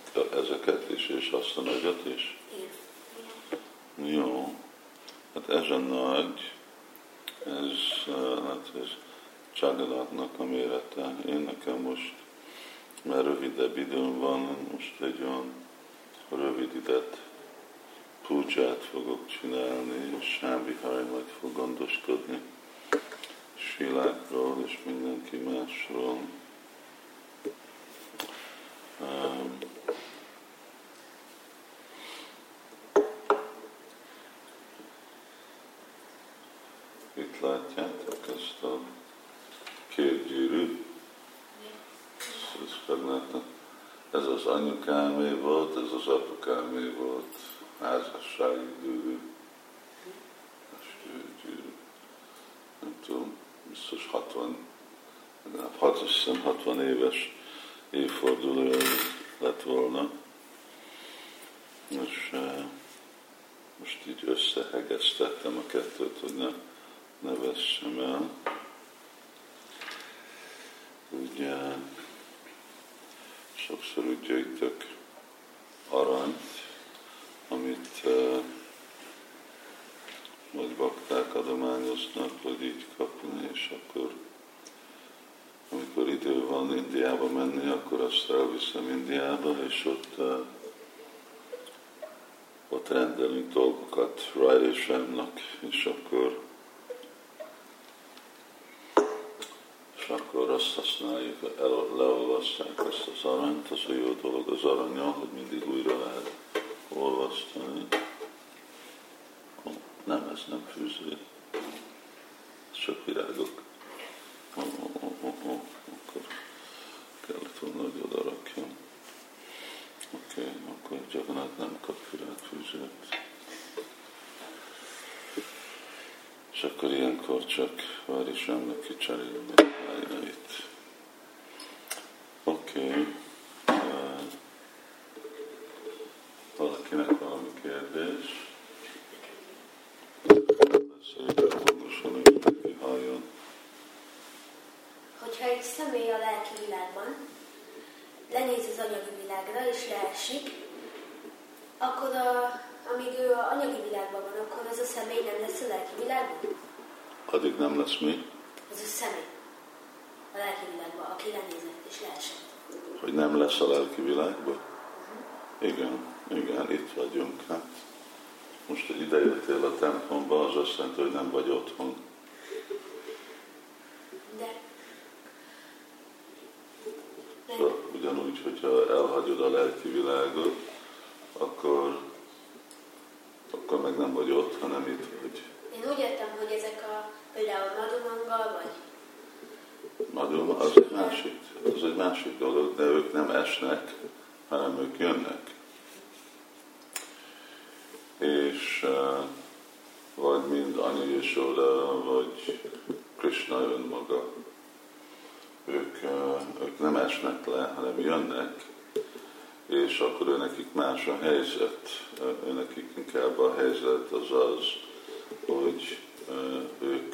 ezeket is, és azt a nagyot is? Igen. Jó. Hát ez a nagy, ez Jagannathnak a mérete. Én nekem most, mert rövidebb időm van, most egy olyan rövid idet púdzsát fogok csinálni, és Sámbihaj majd fog gondoskodni Silákról és mindenki másról. Itt látjátok ezt a két gyűrűt. Ez az anyukámé volt, ez az apukámé volt. Házassági gyűrű. Gyűrű. Nem tudom, biztos 60 éves évfordulója lett volna. És most így összehegeztettem a kettőt, hogy ne vessem el. Ugye sokszor úgy gyűjtök aranyt, amit vagy bakták adományoznak, vagy így kapni, és akkor amikor idő van Indiába menni, akkor azt elviszem Indiába, és ott rendelünk dolgokat Rájrésámnak, és akkor azt használjuk, leolvasszák ezt az aranyt, az a jó dolog az aranyal, hogy mindig újra lehet olvasztani. Nem, ez nem fűző. Ez csak virágok. Akkor kellett volna, hogy oda rakjam. Oké, akkor Jagannath nem kap virágfűzőt. És akkor ilyenkor csak Rájrésámnak kicserélni állít. Oké. Valakinek valami kérdés? Beszéljük hangosan, hogy mindenki halljon. Hogyha egy személy a lelki világban lenéz az anyagi világra és leesik, akkor amíg ő az anyagi világban van, akkor ez a személy nem lesz a lelki világban? Addig nem lesz mi? Ez a személy a lelki világban, aki lenézett és leesett. Hogy nem lesz a lelki világban? Igen, itt vagyunk. Hát. Most, hogy ide jöttél a templomba, az azt jelenti, hogy nem vagy otthon. Szóval ugyanúgy, hogyha elhagyod a lelki világot, akkor meg nem vagy ott, hanem itt vagy. Én úgy értem, hogy ezek például Madhumanga, vagy... Madhuma az egy másik dolog, de ők nem esnek, hanem ők jönnek. És vagy mind Anya Yashoda, vagy Krishna önmaga. Ők nem esnek le, hanem jönnek, és akkor őnekik más a helyzet. Őnekik inkább a helyzet az, hogy ők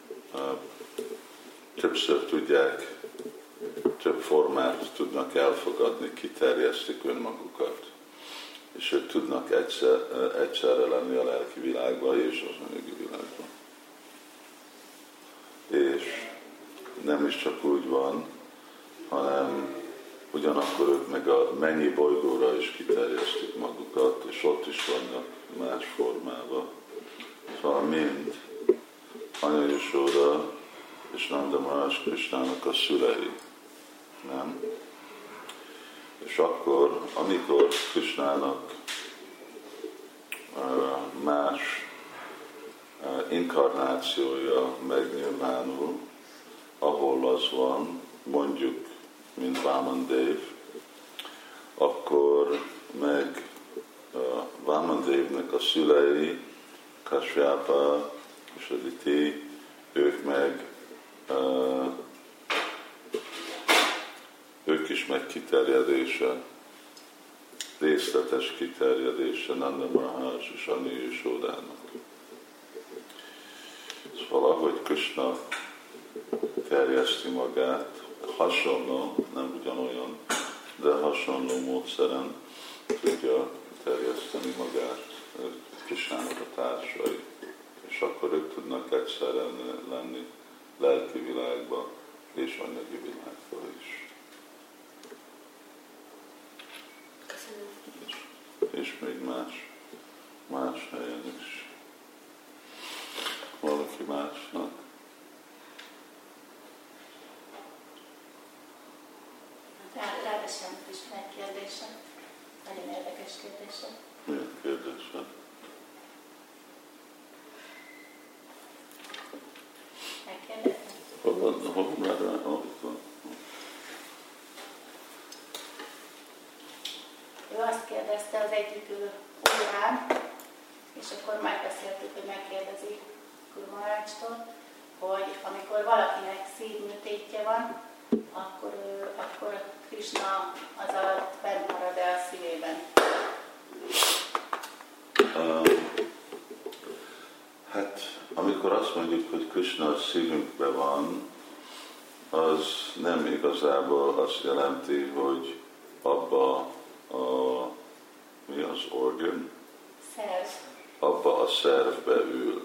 többször tudják, több formát tudnak elfogadni, kiterjesztik önmagukat. És ők tudnak egyszerre lenni a lelki világban és az anyagi világban. És nem is csak úgy van, hanem ugyanakkor ők meg a mennyi bolygóra is kiterjesztik magukat, és ott is vannak más formában. Szóval mind Anya Yashoda és Nanda Maharaj Krishnának a szülei. Nem? És akkor, amikor Krishnának más inkarnációja megnyilvánul, ahol az van, mondjuk, mint Vámandev, akkor meg Vámandevnek a szülei, Kashyapa és Aditi, ők meg ők is meg kiterjedése, részletes kiterjedése Nanda Maharaj és Anya Yashodának. Szóval ahogy Krishna terjeszti magát, hasonló, nem ugyanolyan de hasonló módszeren tudja terjeszteni magát Krisnának a társai, és akkor ők tudnak egyszerre lenni lelki világban és anyagi világban is. És még más helyen is. Valaki másnak. Ráadásul is megkérdése. Nagyon érdekes kérdése. Milyen kérdése? Megkérdeztem? Hol már rá? Ő azt kérdezte az egyik órán, és akkor megbeszéltük, hogy megkérdezi Guru Maharajtól, hogy amikor valakinek szívműtétje van, akkor Krishna az alatt bent marad-e a szívében? Hát, amikor azt mondjuk, hogy Krishna a szívünkben van, az nem igazából azt jelenti, hogy abba mi az organ? Szerv. Abba a szervbe ül.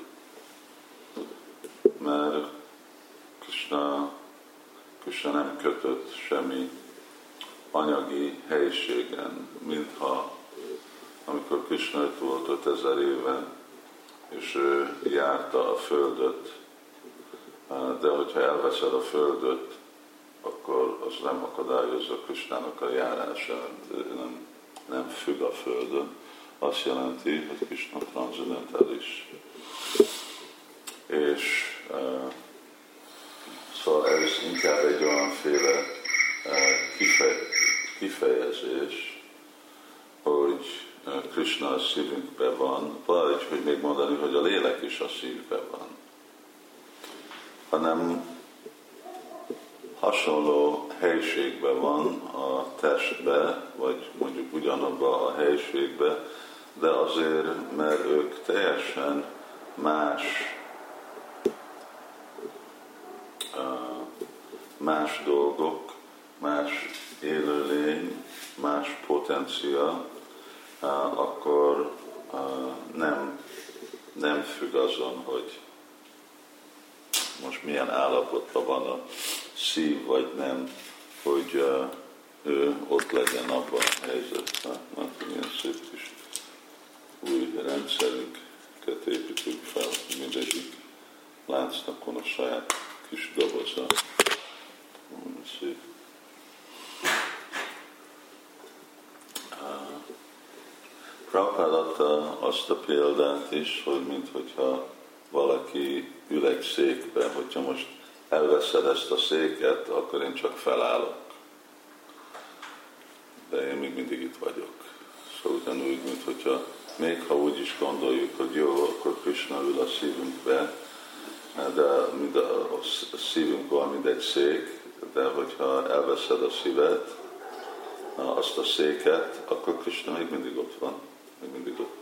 Mert Krishna nem kötött semmi anyagi helyiségen, mintha amikor Krishna itt volt 5000 éve, és ő járta a Földöt, de hogyha elveszed a Földöt, akkor az nem akadályozza Krishnának a járását, nem függ a Földön. Azt jelenti, hogy Krishna transzendentális. És szóval ez inkább egy olyanféle kifejezés, hogy Krishna a szívünkben van, vagy hogy még mondani, hogy a lélek is a szívben van. Hanem hasonló helyiségben van a testbe, vagy mondjuk ugyanabban a helyiségben, de azért, mert ők teljesen más dolgok, más élőlény, más potencia, akkor nem függ azon, hogy most milyen állapotban van a szív, vagy nem, hogy ő ott legyen abban a helyzetben. Milyen szép kis új rendszerünket építünk fel, mindegyik láncnak van a saját kis doboza. Szép. Prabhupád adta azt a példát is, hogy minthogyha valaki ül egy székbe, hogyha most elveszed ezt a széket, akkor én csak felállok. De én még mindig itt vagyok. Szóval ugyanúgy, minthogyha még ha úgy is gondoljuk, hogy jó, akkor Krishna ül a szívünkbe, de a szívünk van, mint egy szék, de hogyha elveszed a szívet, azt a széket, akkor Krishna még mindig ott van. Még mindig ott.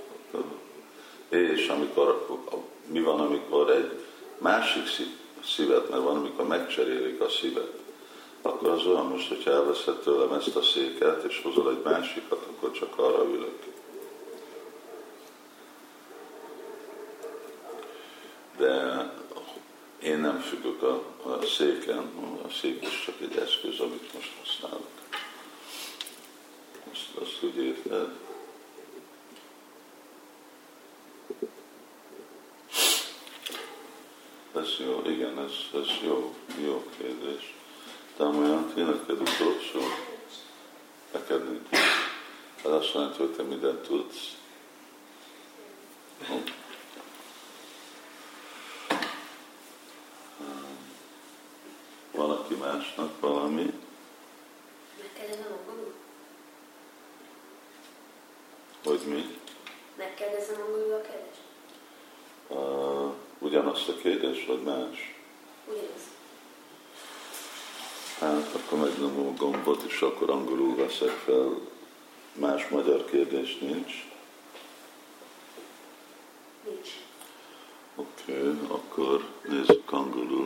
És mi van, amikor egy másik szívet, mert van, amikor megcserélik a szívet, akkor az olyan most, hogyha elveszed tőlem ezt a széket, és hozol egy másikat, akkor csak arra ülök. De én nem függök a széken, a szék is csak egy eszköz, amit most használok. Azt úgy érted? Ez jó, igen, ez jó kérdés. Olyan tényleg utolsó, neked nincs. Ez azt jelenti, hogy te mindent tudsz. Valaki másnak valami? Megkérdezem angolul? Hogy mi? Megkérdezem angolul a kérdést? Ugyanazt a kérdés, vagy más? Ugyanaz. Hát akkor megnyomom a gombot, és akkor angolul veszek fel. Más magyar kérdés nincs? Nincs. Oké, akkor nézzük angolul.